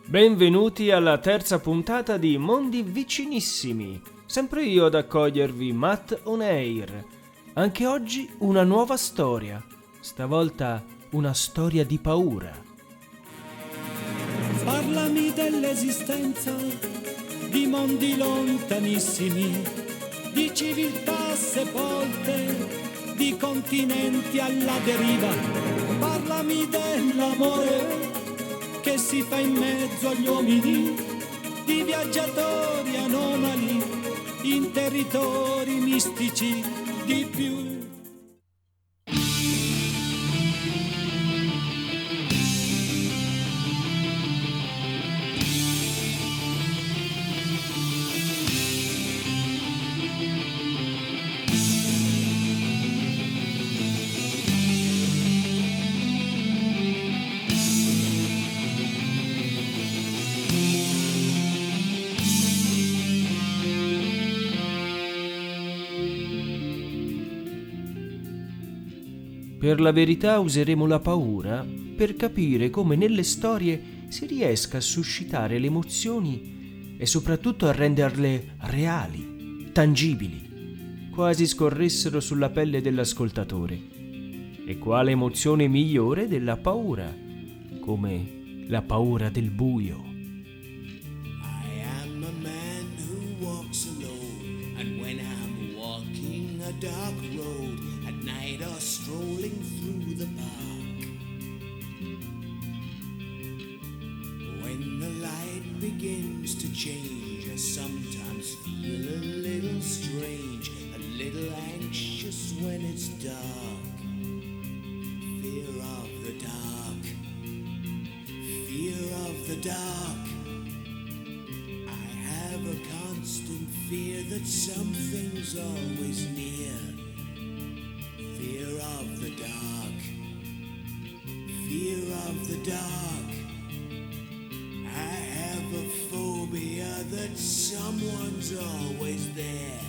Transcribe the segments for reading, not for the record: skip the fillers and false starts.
Benvenuti alla terza puntata di Mondi Vicinissimi. Sempre io ad accogliervi, Matt On Air. Anche oggi una nuova storia. Stavolta una storia di paura. Parlami dell'esistenza di mondi lontanissimi, di civiltà sepolte, di continenti alla deriva. Parlami dell'amore che si fa in mezzo agli uomini, di viaggiatori anomali in territori mistici, di più. Per la verità useremo la paura per capire come nelle storie si riesca a suscitare le emozioni e soprattutto a renderle reali, tangibili, quasi scorressero sulla pelle dell'ascoltatore. E quale emozione migliore della paura, come la paura del buio. I am a man who walks alone, and when I'm walking a dark road at night or strolling through the park, when the light begins to change, I sometimes feel a little strange, a little anxious when it's dark. Fear of the dark, fear of the dark. I have a constant fear that something's always near. Fear of the dark, fear of the dark. I have a phobia that someone's always there.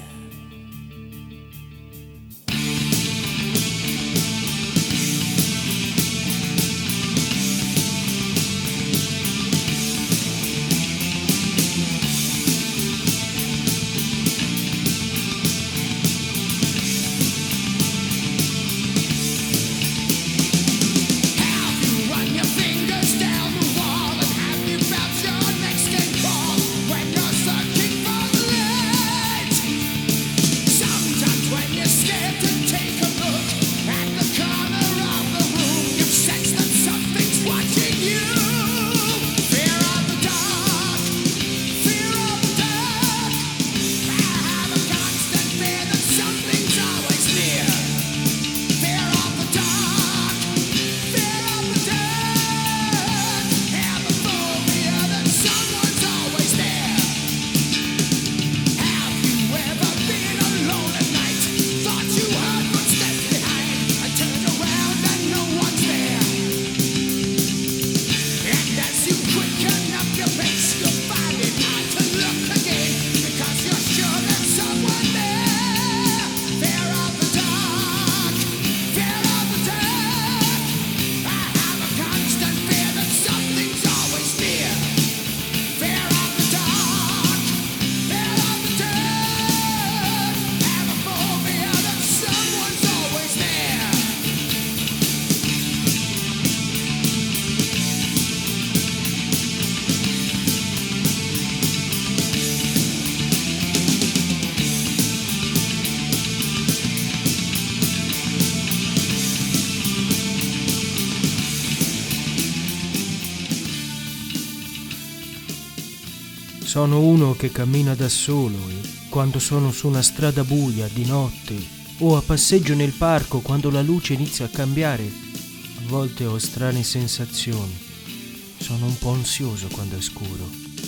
Sono uno che cammina da solo e quando sono su una strada buia di notte o a passeggio nel parco quando la luce inizia a cambiare, a volte ho strane sensazioni. Sono un po' ansioso quando è scuro.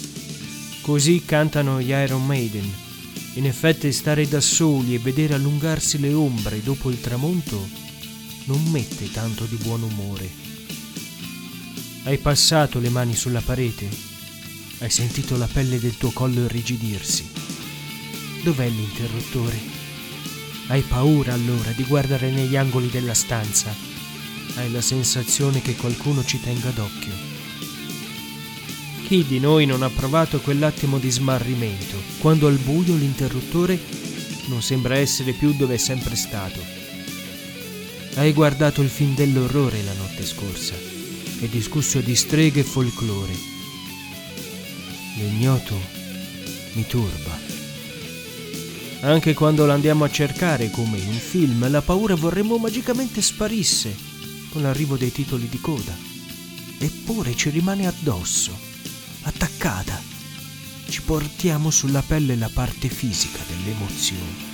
Così cantano gli Iron Maiden. In effetti stare da soli e vedere allungarsi le ombre dopo il tramonto non mette tanto di buon umore. Hai passato le mani sulla parete? Hai sentito la pelle del tuo collo irrigidirsi? Dov'è l'interruttore? Hai paura allora di guardare negli angoli della stanza? Hai la sensazione che qualcuno ci tenga d'occhio. Chi di noi non ha provato quell'attimo di smarrimento, quando al buio l'interruttore non sembra essere più dove è sempre stato? Hai guardato il film dell'orrore la notte scorsa e discusso di streghe e folklore. L'ignoto mi turba. Anche quando l'andiamo a cercare, come in un film, la paura vorremmo magicamente sparisse con l'arrivo dei titoli di coda. Eppure ci rimane addosso, attaccata. Ci portiamo sulla pelle la parte fisica delle emozioni.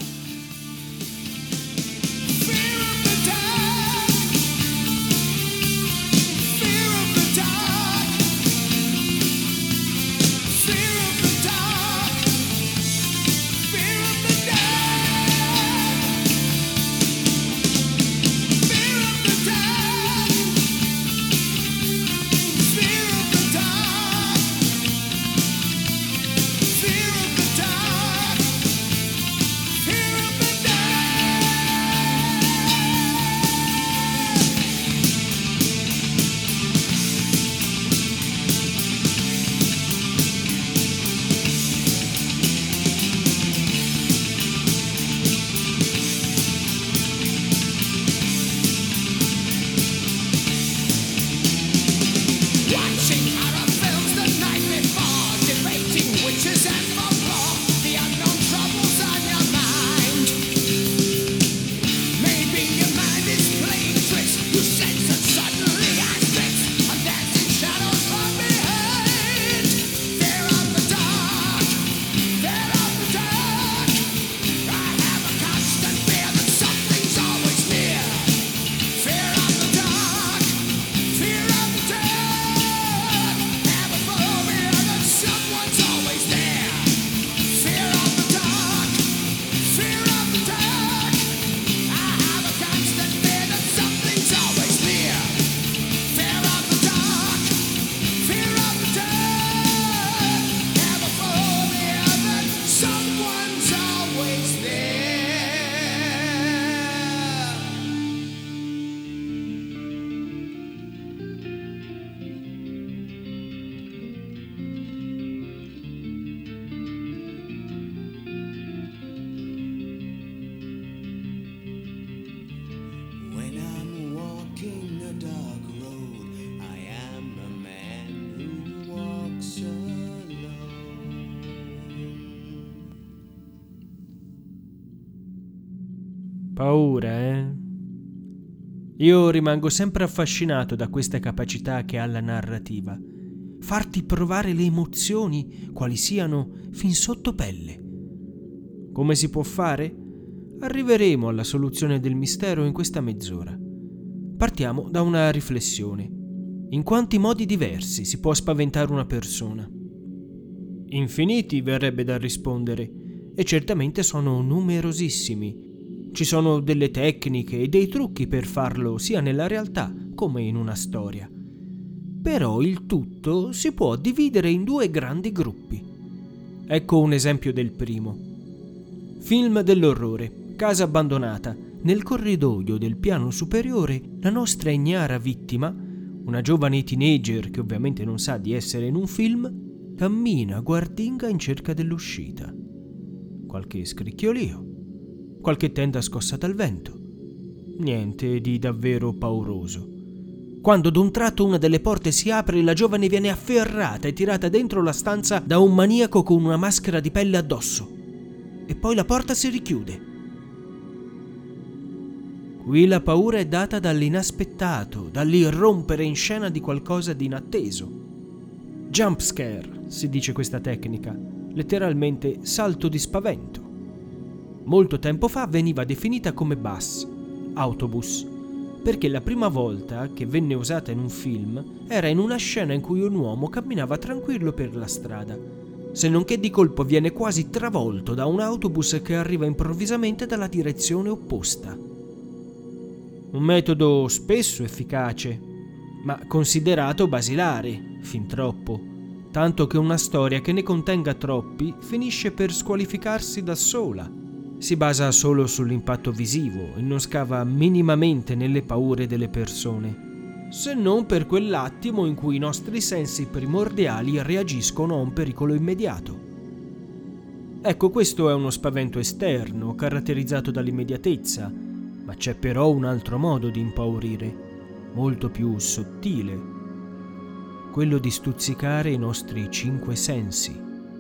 Paura, eh? Io rimango sempre affascinato da questa capacità che ha la narrativa. Farti provare le emozioni, quali siano, fin sotto pelle. Come si può fare? Arriveremo alla soluzione del mistero in questa mezz'ora. Partiamo da una riflessione. In quanti modi diversi si può spaventare una persona? Infiniti, verrebbe da rispondere, e certamente sono numerosissimi. Ci sono delle tecniche e dei trucchi per farlo sia nella realtà come in una storia. Però il tutto si può dividere in due grandi gruppi. Ecco un esempio del primo. Film dell'orrore, casa abbandonata. Nel corridoio del piano superiore la nostra ignara vittima, una giovane teenager che ovviamente non sa di essere in un film, cammina guardinga in cerca dell'uscita. Qualche scricchiolio, qualche tenda scossa dal vento. Niente di davvero pauroso. Quando d'un tratto una delle porte si apre e la giovane viene afferrata e tirata dentro la stanza da un maniaco con una maschera di pelle addosso. E poi la porta si richiude. Qui la paura è data dall'inaspettato, dall'irrompere in scena di qualcosa di inatteso. Jump scare, si dice questa tecnica, letteralmente salto di spavento. Molto tempo fa veniva definita come bus, autobus, perché la prima volta che venne usata in un film era in una scena in cui un uomo camminava tranquillo per la strada, se non che di colpo viene quasi travolto da un autobus che arriva improvvisamente dalla direzione opposta. Un metodo spesso efficace, ma considerato basilare, fin troppo, tanto che una storia che ne contenga troppi finisce per squalificarsi da sola. Si basa solo sull'impatto visivo e non scava minimamente nelle paure delle persone. se non per quell'attimo in cui i nostri sensi primordiali reagiscono a un pericolo immediato. Ecco, questo è uno spavento esterno, caratterizzato dall'immediatezza, ma c'è però un altro modo di impaurire, molto più sottile, quello di stuzzicare i nostri 5 sensi.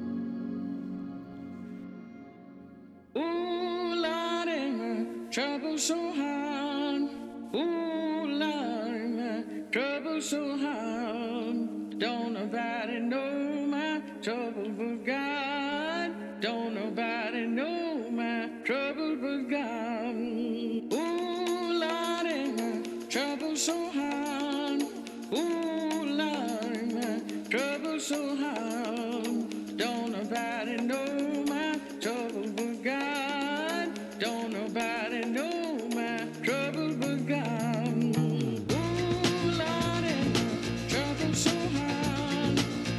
Ooh, Lordy, my trouble so hard. Ooh, Lordy, my trouble so hard. Don't nobody know my trouble but God. Don't nobody know my trouble but God. Ooh, Lordy, my trouble so hard. Ooh, Lordy, my trouble so hard. Don't nobody know my trouble but God. Don't nobody know my trouble but God. Ooh, Lordy, my trouble so hard.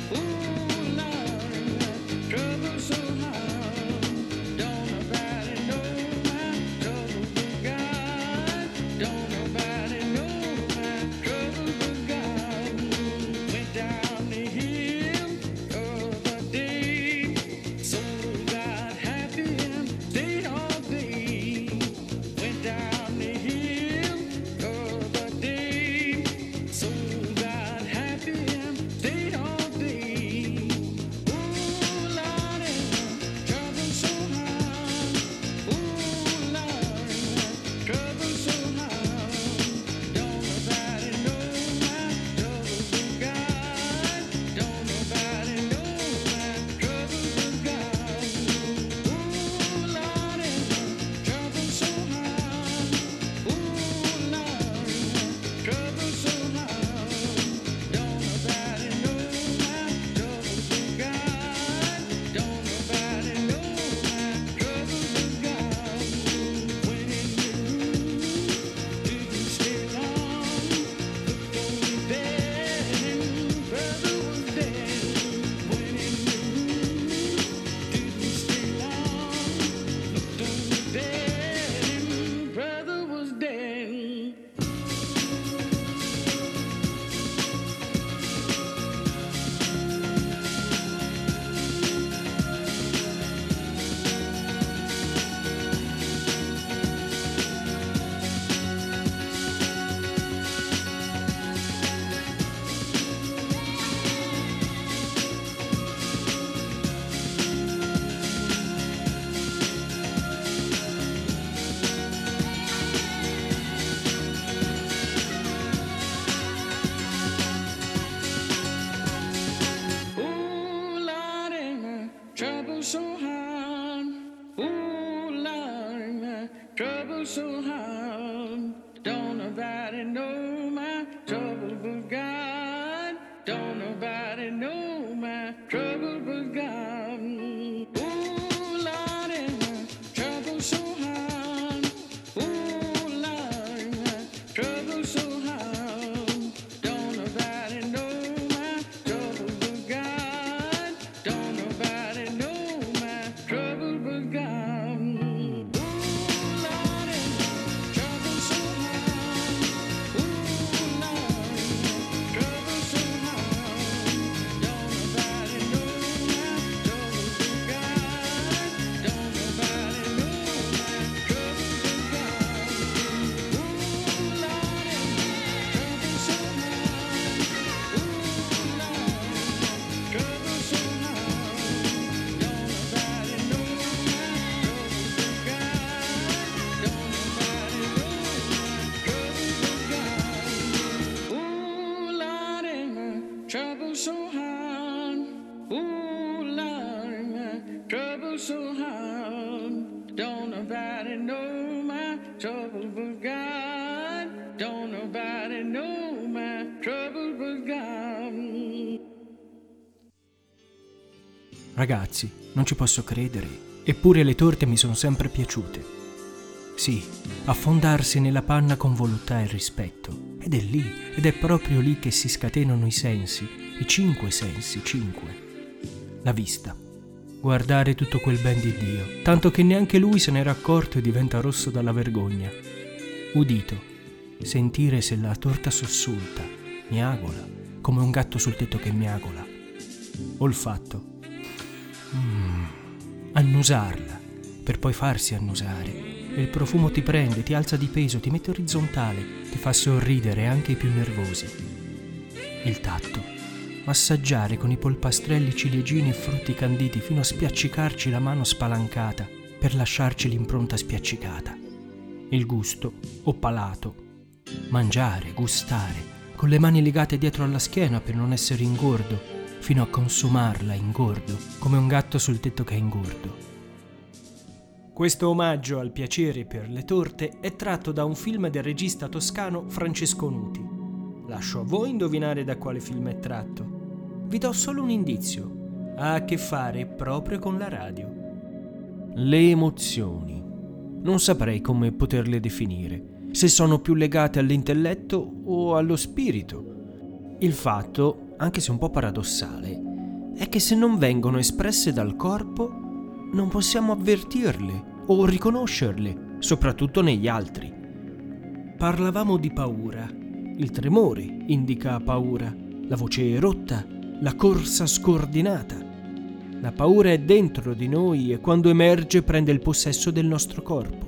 Ooh, Lordy, my trouble so hard. Don't nobody know my trouble but God. Don't nobody know my trouble but God. Went down the hill of the day, so got happy and stayed all day. Went down the hill of the day, so got happy and stayed all day. Ooh, Lordy, trouble so hard. Ooh, Lordy, trouble so hard. Don't nobody know my trouble but God. Don't nobody know my trouble but God. Ooh, Lordy, trouble so hard. Ooh, Lordy, trouble so hard. Don't nobody know my trouble but God. Don't nobody know my trouble but God. When in the room, didn't stay long. Looked only dead and brother was dead. When in the room, didn't stay long. Looked only dead and brother was dead. Ooh, Lordy, my trouble so hard. Ooh, Lordy, my trouble so hard. Don't nobody know my trouble but God. Don't nobody know my trouble but God. Ooh, Lordy, my trouble so hard. Ooh, Lordy, my trouble so hard. Don't nobody know my trouble but God. Don't nobody know my trouble but God. Ooh, Lordy, trouble so hard. Ooh, Lordy, trouble so hard. Don't nobody know my trouble but God. Don't nobody know my trouble but God. Ooh, Lordy, trouble so hard. Ooh, Lordy, trouble so hard. Don't nobody know my trouble but God. Don't nobody know my trouble but God. Ooh, Lordy, my trouble so hard. Ooh, Lordy, my trouble so hard. Don't nobody know my trouble but God. Don't nobody know my trouble but God. Ragazzi, non ci posso credere, eppure le torte mi sono sempre piaciute. Sì, affondarsi nella panna con voluttà e rispetto. Ed è lì, ed è proprio lì che si scatenano i sensi, i 5 sensi, 5. La vista. Guardare tutto quel ben di Dio, tanto che neanche lui se n'era accorto e diventa rosso dalla vergogna. Udito. sentire se la torta sussulta, miagola, come un gatto sul tetto che miagola. Olfatto. Annusarla, per poi farsi annusare. E il profumo ti prende, ti alza di peso, ti mette orizzontale, ti fa sorridere anche i più nervosi. Il tatto. Massaggiare con i polpastrelli ciliegini e frutti canditi fino a spiaccicarci la mano spalancata per lasciarci l'impronta spiaccicata. Il gusto o palato. Mangiare, gustare, con le mani legate dietro alla schiena per non essere ingordo, fino a consumarla ingordo, come un gatto sul tetto che è ingordo. Questo omaggio al piacere per le torte è tratto da un film del regista toscano Francesco Nuti. Lascio a voi indovinare da quale film è tratto. Vi do solo un indizio. Ha a che fare proprio con la radio. Le emozioni. Non saprei come poterle definire, se sono più legate all'intelletto o allo spirito. Il fatto, anche se un po' paradossale, è che se non vengono espresse dal corpo, non possiamo avvertirle o riconoscerle, soprattutto negli altri. Parlavamo di paura. Il tremore indica paura, la voce rotta, la corsa scordinata. La paura è dentro di noi e quando emerge prende il possesso del nostro corpo.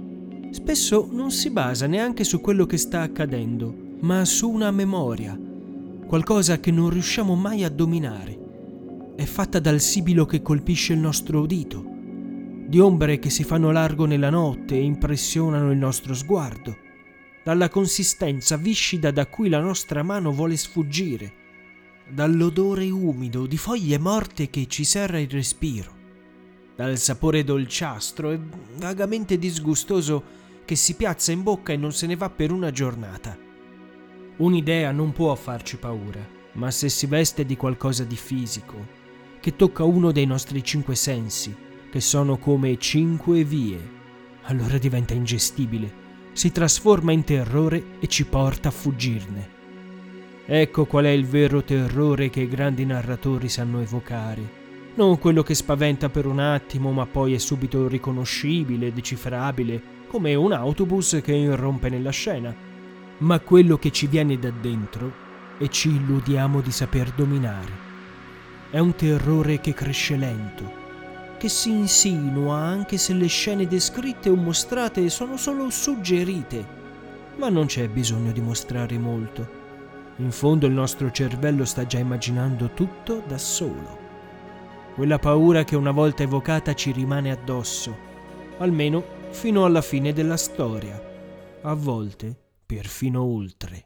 Spesso non si basa neanche su quello che sta accadendo, ma su una memoria, qualcosa che non riusciamo mai a dominare. È fatta dal sibilo che colpisce il nostro udito, di ombre che si fanno largo nella notte e impressionano il nostro sguardo, dalla consistenza viscida da cui la nostra mano vuole sfuggire, dall'odore umido di foglie morte che ci serra il respiro, dal sapore dolciastro e vagamente disgustoso che si piazza in bocca e non se ne va per una giornata. Un'idea non può farci paura, ma se si veste di qualcosa di fisico, che tocca uno dei nostri 5 sensi, che sono come 5 vie, allora diventa ingestibile, si trasforma in terrore e ci porta a fuggirne. Ecco qual è il vero terrore che i grandi narratori sanno evocare. Non quello che spaventa per un attimo ma poi è subito riconoscibile, decifrabile, come un autobus che irrompe nella scena, ma quello che ci viene da dentro e ci illudiamo di saper dominare. È un terrore che cresce lento, che si insinua anche se le scene descritte o mostrate sono solo suggerite, ma non c'è bisogno di mostrare molto. In fondo il nostro cervello sta già immaginando tutto da solo. Quella paura che una volta evocata ci rimane addosso, almeno fino alla fine della storia, a volte perfino oltre.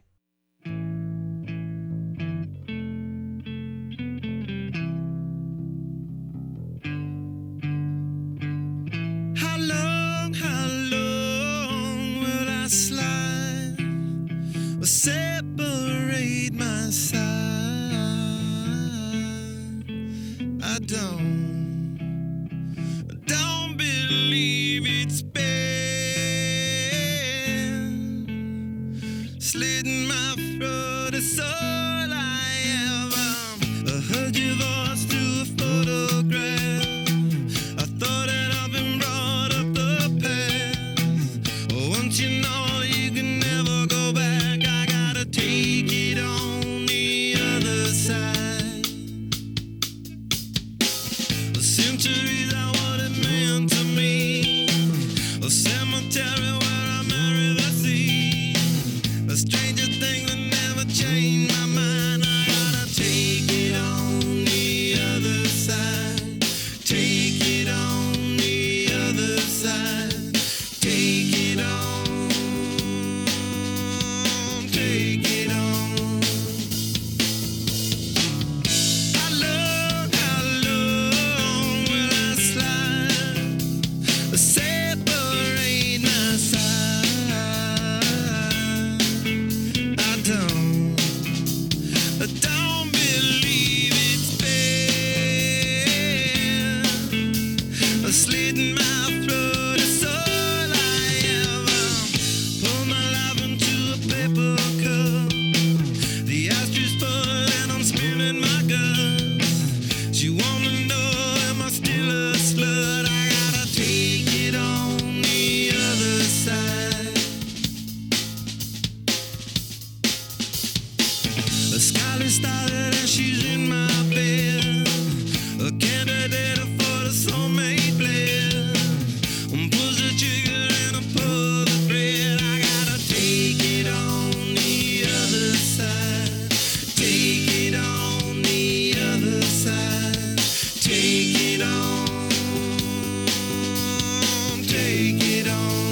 Separate my side. I don't believe it's been slit in my throat. It's all I am. I heard your voice through a photograph. I thought that I've been brought up the past. Once you know you can never go back. Take it on the other side. The centuries are what it meant to me. A cemetery where I marry the sea. A stranger thing that never changed. started and she's in my bed. A candidate for the soulmate blend. Push the trigger and I pull the thread. I gotta take it on the other side. Take it on the other side. Take it on. Take it on.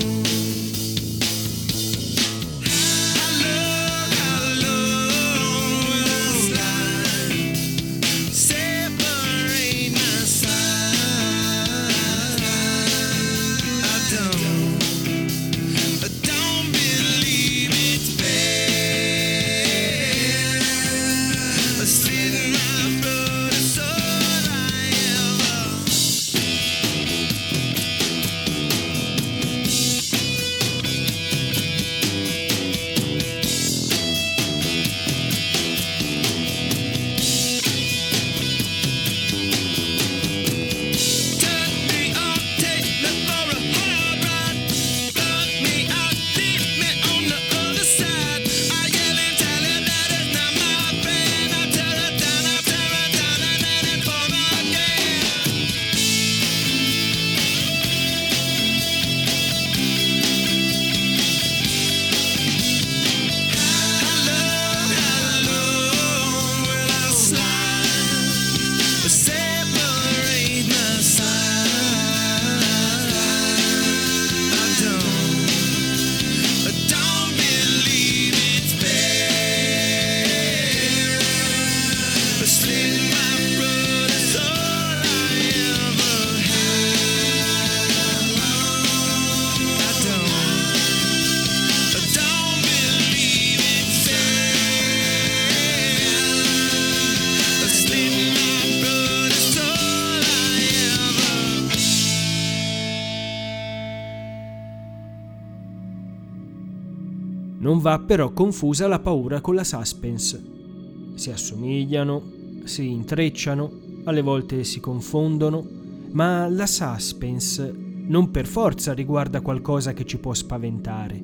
Non va però confusa la paura con la suspense. Si assomigliano, si intrecciano, alle volte si confondono, ma la suspense non per forza riguarda qualcosa che ci può spaventare,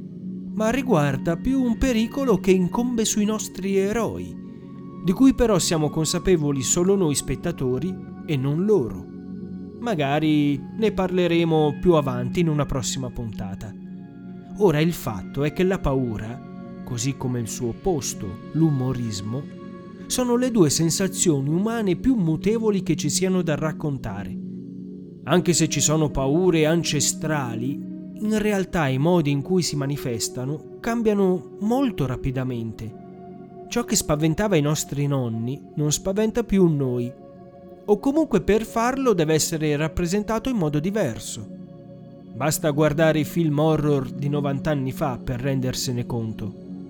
ma riguarda più un pericolo che incombe sui nostri eroi, di cui però siamo consapevoli solo noi spettatori e non loro. Magari ne parleremo più avanti in una prossima puntata. Ora il fatto è che la paura, così come il suo opposto, l'umorismo, sono le due sensazioni umane più mutevoli che ci siano da raccontare. Anche se ci sono paure ancestrali, in realtà i modi in cui si manifestano cambiano molto rapidamente. Ciò che spaventava i nostri nonni non spaventa più noi, o comunque per farlo deve essere rappresentato in modo diverso. Basta guardare i film horror di 90 anni fa per rendersene conto.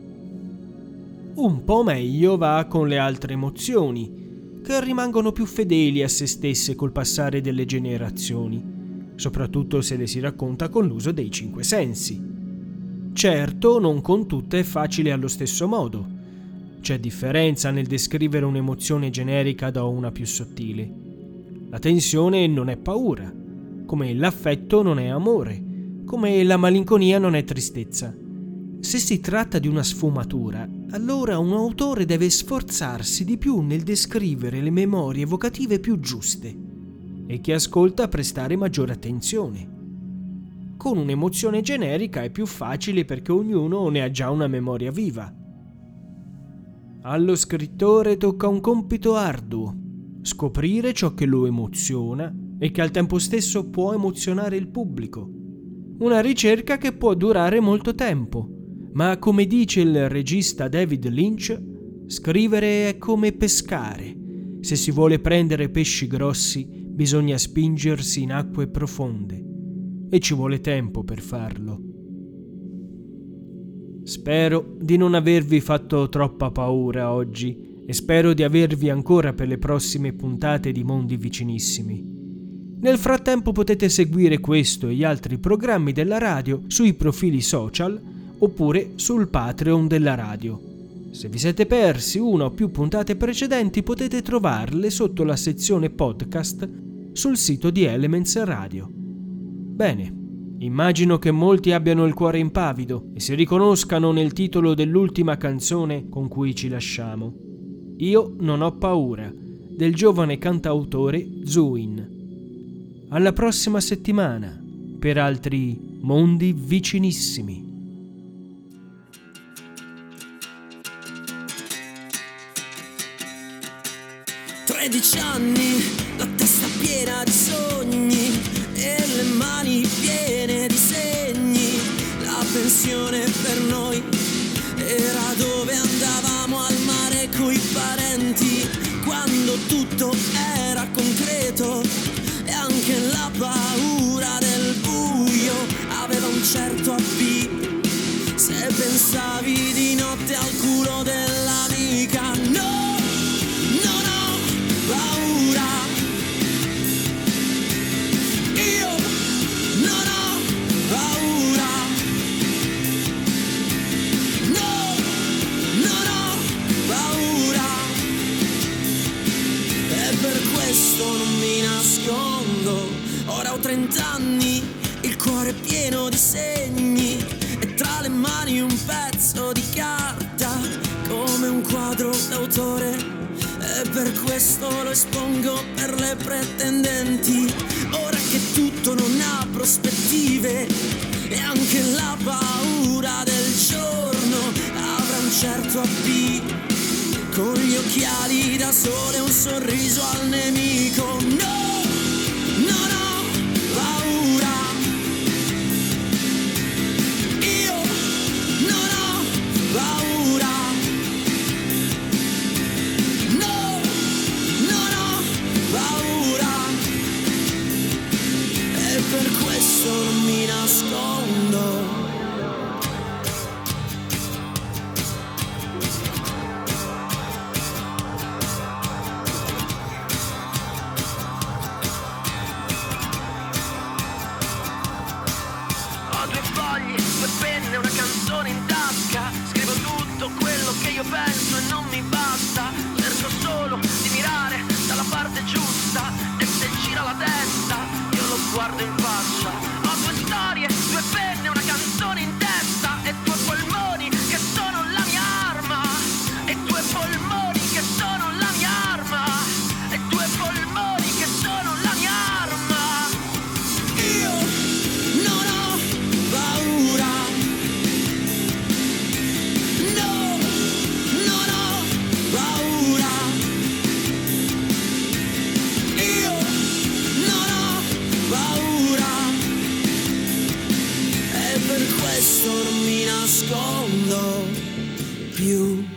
Un po' meglio va con le altre emozioni, che rimangono più fedeli a se stesse col passare delle generazioni, soprattutto se le si racconta con l'uso dei 5 sensi. Certo, non con tutte è facile allo stesso modo. C'è differenza nel descrivere un'emozione generica da una più sottile. La tensione non è paura, come l'affetto non è amore, come la malinconia non è tristezza. Se si tratta di una sfumatura, allora un autore deve sforzarsi di più nel descrivere le memorie evocative più giuste e chi ascolta prestare maggiore attenzione. Con un'emozione generica è più facile perché ognuno ne ha già una memoria viva. Allo scrittore tocca un compito arduo: scoprire ciò che lo emoziona e che al tempo stesso può emozionare il pubblico. Una ricerca che può durare molto tempo, ma come dice il regista David Lynch, scrivere è come pescare. Se si vuole prendere pesci grossi, bisogna spingersi in acque profonde e ci vuole tempo per farlo. Spero di non avervi fatto troppa paura oggi e spero di avervi ancora per le prossime puntate di Mondi Vicinissimi. Nel frattempo potete seguire questo e gli altri programmi della radio sui profili social oppure sul Patreon della radio. Se vi siete persi una o più puntate precedenti potete trovarle sotto la sezione podcast sul sito di Elements Radio. Bene, immagino che molti abbiano il cuore impavido e si riconoscano nel titolo dell'ultima canzone con cui ci lasciamo. Io non ho paura, del giovane cantautore Zuin. Alla prossima settimana per altri mondi vicinissimi. 13 anni, la testa piena di sogni e le mani piene di segni. La pensione per noi era dove andavamo al mare coi parenti, quando tutto era concreto e anche la paura del buio aveva un certo appeal. Se pensavi di notte al culo dell'amica, no, non ho paura. Io non ho paura. No, non ho paura. E per questo non mi nascondo. Ora ho 30 anni, il cuore pieno di segni e tra le mani un pezzo di carta come un quadro d'autore. E per questo lo espongo per le pretendenti. Ora che tutto non ha prospettive e anche la paura del giorno avrà un certo appeal. Con gli occhiali da sole e un sorriso al nemico. No, non ho paura. Io non ho paura. No, non ho paura. E per questo non mi nascondo. Ho 2 fogli, 2 penne, una canzone in tasca. Scrivo tutto quello che io penso e non mi basta. Cerco solo di mirare dalla parte giusta e se gira la testa io lo guardo in faccia. Ho 2 storie, 2 penne, una canzone in testa e 2 polmoni che sono la mia arma. E 2 polmoni che sono la mia arma. E 2 polmoni che sono la mia arma. Io non ho paura. No, non ho paura. Io non ho paura. E per questo non mi nascondo più.